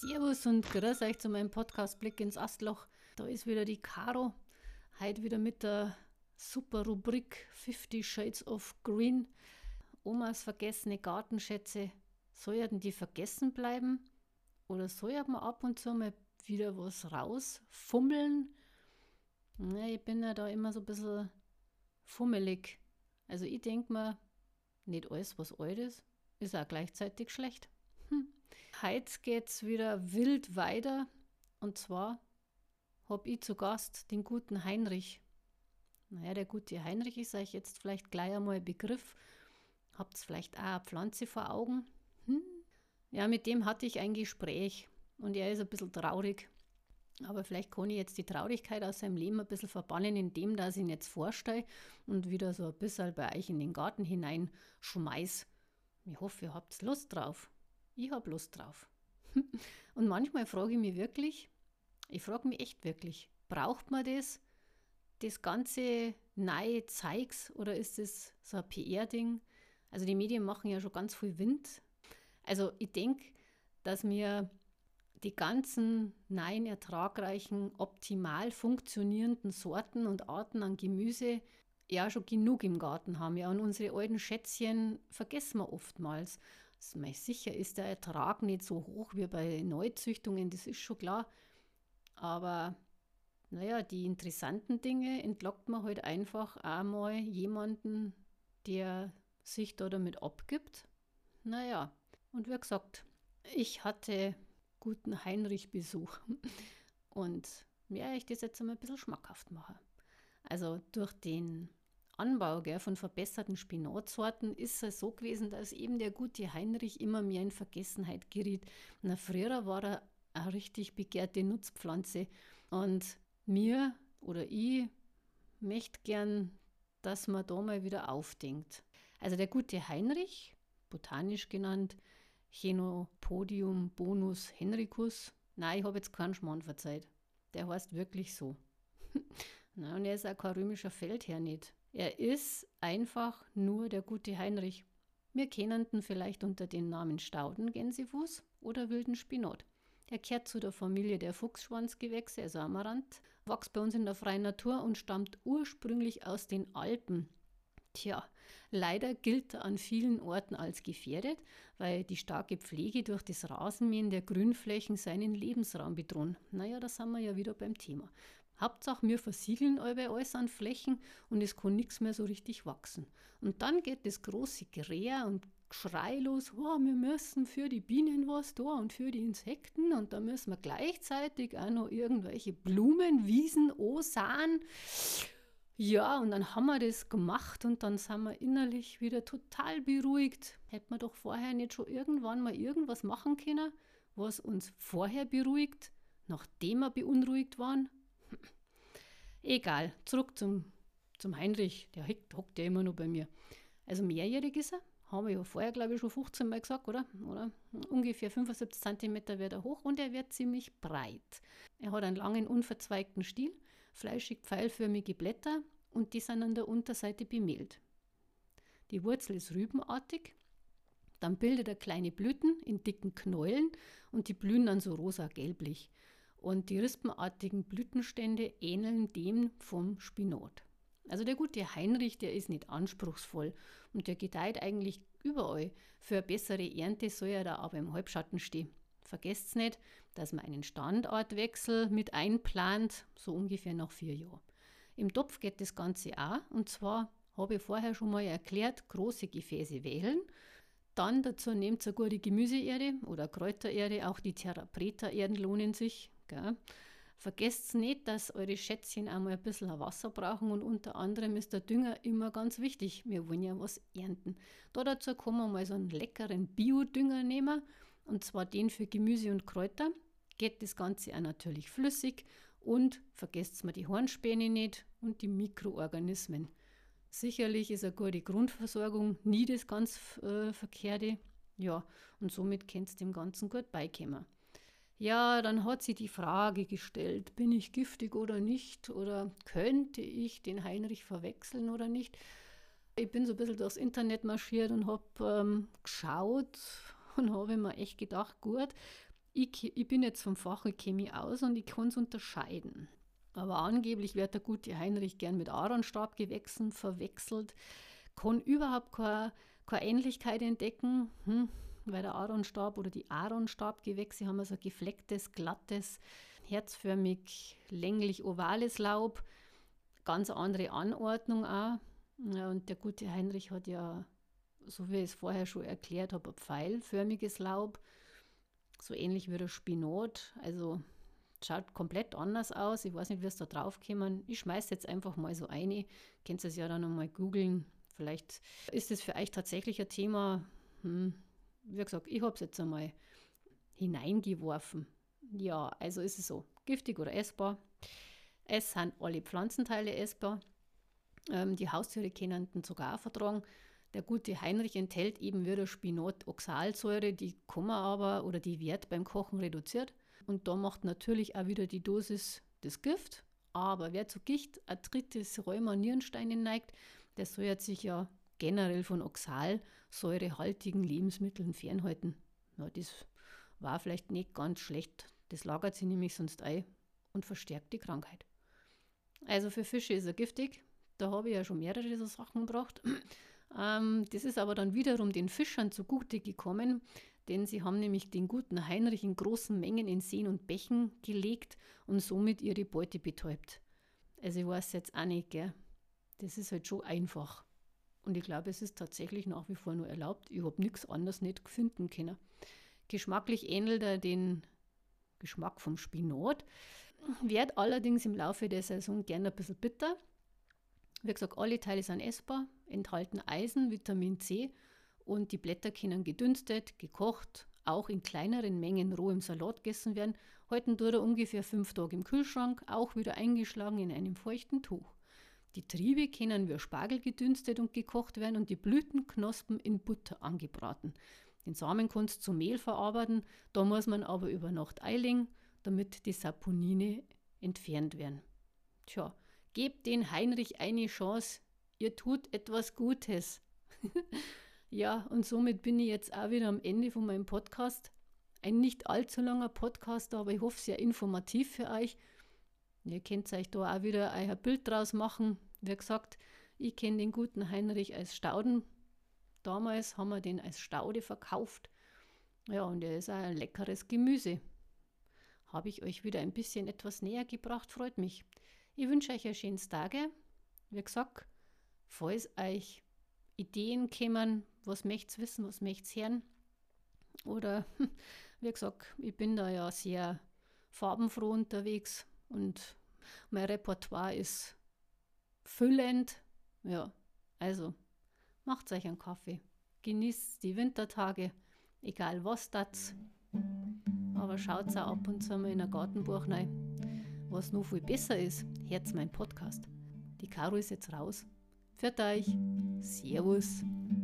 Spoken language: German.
Servus und grüß euch zu meinem Podcast Blick ins Astloch. Da ist wieder die Caro, heute wieder mit der super Rubrik 50 Shades of Green. Omas vergessene Gartenschätze, sollten die vergessen bleiben oder sollten wir ab und zu mal wieder was rausfummeln? Ja, ich bin ja da immer so ein bisschen fummelig. Also ich denke mir, nicht alles, was alt ist auch gleichzeitig schlecht. Heute geht's wieder wild weiter. Und zwar habe ich zu Gast den guten Heinrich. Naja, der gute Heinrich ist euch jetzt vielleicht gleich einmal ein Begriff. Habt ihr vielleicht auch eine Pflanze vor Augen? Ja, mit dem hatte ich ein Gespräch und er ist ein bisschen traurig. Aber vielleicht kann ich jetzt die Traurigkeit aus seinem Leben ein bisschen verbannen, indem dass ich ihn jetzt vorstelle und wieder so ein bisschen bei euch in den Garten hinein schmeiß. Ich hoffe, ihr habt Lust drauf. Ich habe Lust drauf. Und manchmal frage ich mich wirklich, ich frage mich echt wirklich, braucht man das ganze neue Zeugs oder ist das so ein PR-Ding? Also die Medien machen ja schon ganz viel Wind. Also ich denke, dass wir die ganzen neuen, ertragreichen, optimal funktionierenden Sorten und Arten an Gemüse ja schon genug im Garten haben. Ja, und unsere alten Schätzchen vergessen wir oftmals. Sicher ist der Ertrag nicht so hoch wie bei Neuzüchtungen, das ist schon klar. Aber naja, die interessanten Dinge entlockt man halt einfach einmal jemanden, der sich da damit abgibt. Naja, und wie gesagt, ich hatte guten Heinrich-Besuch und mir ich das jetzt einmal ein bisschen schmackhaft machen. Also durch den Anbau von verbesserten Spinatsorten ist es so gewesen, dass eben der gute Heinrich immer mehr in Vergessenheit geriet. Na, früher war er eine richtig begehrte Nutzpflanze und mir oder ich möchte gern, dass man da mal wieder aufdenkt. Also der gute Heinrich, botanisch genannt Chenopodium bonus henricus. Nein, ich habe jetzt keinen Schmarrn verzeiht. Der heißt wirklich so. Na, und er ist auch kein römischer Feldherr nicht. Er ist einfach nur der gute Heinrich. Wir kennen ihn vielleicht unter den Namen Staudengänsefuß oder wilden Spinat. Er gehört zu der Familie der Fuchsschwanzgewächse, also Amaranth, wächst bei uns in der freien Natur und stammt ursprünglich aus den Alpen. Tja, leider gilt er an vielen Orten als gefährdet, weil die starke Pflege durch das Rasenmähen der Grünflächen seinen Lebensraum bedrohen. Naja, da sind wir ja wieder beim Thema. Hauptsache, wir versiegeln alles an Flächen und es kann nichts mehr so richtig wachsen. Und dann geht das große Gerät und Geschrei los, oh, wir müssen für die Bienen was da und für die Insekten und da müssen wir gleichzeitig auch noch irgendwelche Blumenwiesen ansahen. Ja, und dann haben wir das gemacht und dann sind wir innerlich wieder total beruhigt. Hätten wir doch vorher nicht schon irgendwann mal irgendwas machen können, was uns vorher beruhigt, nachdem wir beunruhigt waren? Egal, zurück zum Heinrich, der hockt ja immer noch bei mir. Also mehrjährig ist er, haben wir ja vorher, glaube ich, schon 15 Mal gesagt, oder? Ungefähr 75 cm wird er hoch und er wird ziemlich breit. Er hat einen langen, unverzweigten Stiel, fleischig pfeilförmige Blätter und die sind an der Unterseite bemehlt. Die Wurzel ist rübenartig, dann bildet er kleine Blüten in dicken Knäulen und die blühen dann so rosa-gelblich. Und die rispenartigen Blütenstände ähneln dem vom Spinat. Also der gute Heinrich, der ist nicht anspruchsvoll und der gedeiht eigentlich überall. Für eine bessere Ernte soll er da aber im Halbschatten stehen. Vergesst nicht, dass man einen Standortwechsel mit einplant, so ungefähr nach 4 Jahren. Im Topf geht das Ganze auch, und zwar habe ich vorher schon mal erklärt, große Gefäße wählen. Dann dazu nehmt ihr eine gute Gemüseerde oder Kräutererde, auch die Terra Preta Erden lohnen sich. Gell? Vergesst nicht, dass eure Schätzchen einmal ein bisschen Wasser brauchen und unter anderem ist der Dünger immer ganz wichtig. Wir wollen ja was ernten. Dazu kann man mal so einen leckeren Biodünger nehmen, und zwar den für Gemüse und Kräuter. Geht das Ganze auch natürlich flüssig und vergesst mal die Hornspäne nicht und die Mikroorganismen. Sicherlich ist eine gute Grundversorgung nie das ganz Verkehrte. Ja, und somit könnt ihr dem Ganzen gut beikommen. Ja, dann hat sie die Frage gestellt, bin ich giftig oder nicht? Oder könnte ich den Heinrich verwechseln oder nicht? Ich bin so ein bisschen durchs Internet marschiert und habe geschaut und habe mir echt gedacht, gut, Ich bin jetzt vom Fach, ich kenne mich aus und ich kann es unterscheiden. Aber angeblich wird der gute Heinrich gern mit Aaronstabgewächsen verwechselt, kann überhaupt keine Ähnlichkeit entdecken, weil der Aaronstab oder die Aaronstabgewächse haben so ein geflecktes, glattes, herzförmig, länglich-ovales Laub, ganz andere Anordnung auch. Ja, und der gute Heinrich hat ja, so wie ich es vorher schon erklärt habe, ein pfeilförmiges Laub, so ähnlich wie der Spinat, also schaut komplett anders aus. Ich weiß nicht, wie es da drauf kommen. Ich schmeiße jetzt einfach mal so eine. Könnt ihr es ja dann nochmal googeln. Vielleicht ist es für euch tatsächlich ein Thema. Wie gesagt, ich habe es jetzt einmal hineingeworfen. Ja, also ist es so. Giftig oder essbar. Es sind alle Pflanzenteile essbar. Die Haustiere können den sogar auch vertragen. Der gute Heinrich enthält eben wieder Spinat-Oxalsäure, die kann man aber oder die wird beim Kochen reduziert. Und da macht natürlich auch wieder die Dosis das Gift. Aber wer zu Gicht, Arthritis, Rheuma, Nierensteine neigt, der soll sich ja generell von oxalsäurehaltigen Lebensmitteln fernhalten. Ja, das war vielleicht nicht ganz schlecht. Das lagert sich nämlich sonst ein und verstärkt die Krankheit. Also für Fische ist er giftig. Da habe ich ja schon mehrere so Sachen gebracht. Das ist aber dann wiederum den Fischern zugute gekommen, denn sie haben nämlich den guten Heinrich in großen Mengen in Seen und Bächen gelegt und somit ihre Beute betäubt. Also ich weiß jetzt auch nicht, gell? Das ist halt schon einfach. Und ich glaube, es ist tatsächlich nach wie vor nur erlaubt. Ich habe nichts anderes nicht finden können. Geschmacklich ähnelt er den Geschmack vom Spinat, wird allerdings im Laufe der Saison gerne ein bisschen bitter. Wie gesagt, alle Teile sind essbar, enthalten Eisen, Vitamin C und die Blätter können gedünstet, gekocht, auch in kleineren Mengen roh im Salat gegessen werden. Halten tut er ungefähr 5 Tage im Kühlschrank, auch wieder eingeschlagen in einem feuchten Tuch. Die Triebe können wie Spargel gedünstet und gekocht werden und die Blütenknospen in Butter angebraten. Den Samen kannst du zu Mehl verarbeiten, da muss man aber über Nacht einlegen, damit die Saponine entfernt werden. Tja, gebt den Heinrich eine Chance, ihr tut etwas Gutes. Ja, und somit bin ich jetzt auch wieder am Ende von meinem Podcast. Ein nicht allzu langer Podcast, aber ich hoffe sehr informativ für euch. Ihr könnt euch da auch wieder euer Bild draus machen. Wie gesagt, ich kenne den guten Heinrich als Stauden. Damals haben wir den als Staude verkauft. Ja, und er ist auch ein leckeres Gemüse. Habe ich euch wieder ein bisschen etwas näher gebracht, freut mich. Ich wünsche euch ein schönes Tage. Wie gesagt, falls euch Ideen kommen, was möchtet ihr wissen, was möchtet ihr hören. Oder, wie gesagt, ich bin da ja sehr farbenfroh unterwegs und mein Repertoire ist füllend. Ja, also macht euch einen Kaffee. Genießt die Wintertage, egal was das. Aber schaut auch ab und zu mal in ein Gartenbuch rein. Was noch viel besser ist, hört mein Podcast. Die Caro ist jetzt raus. Für euch. Servus.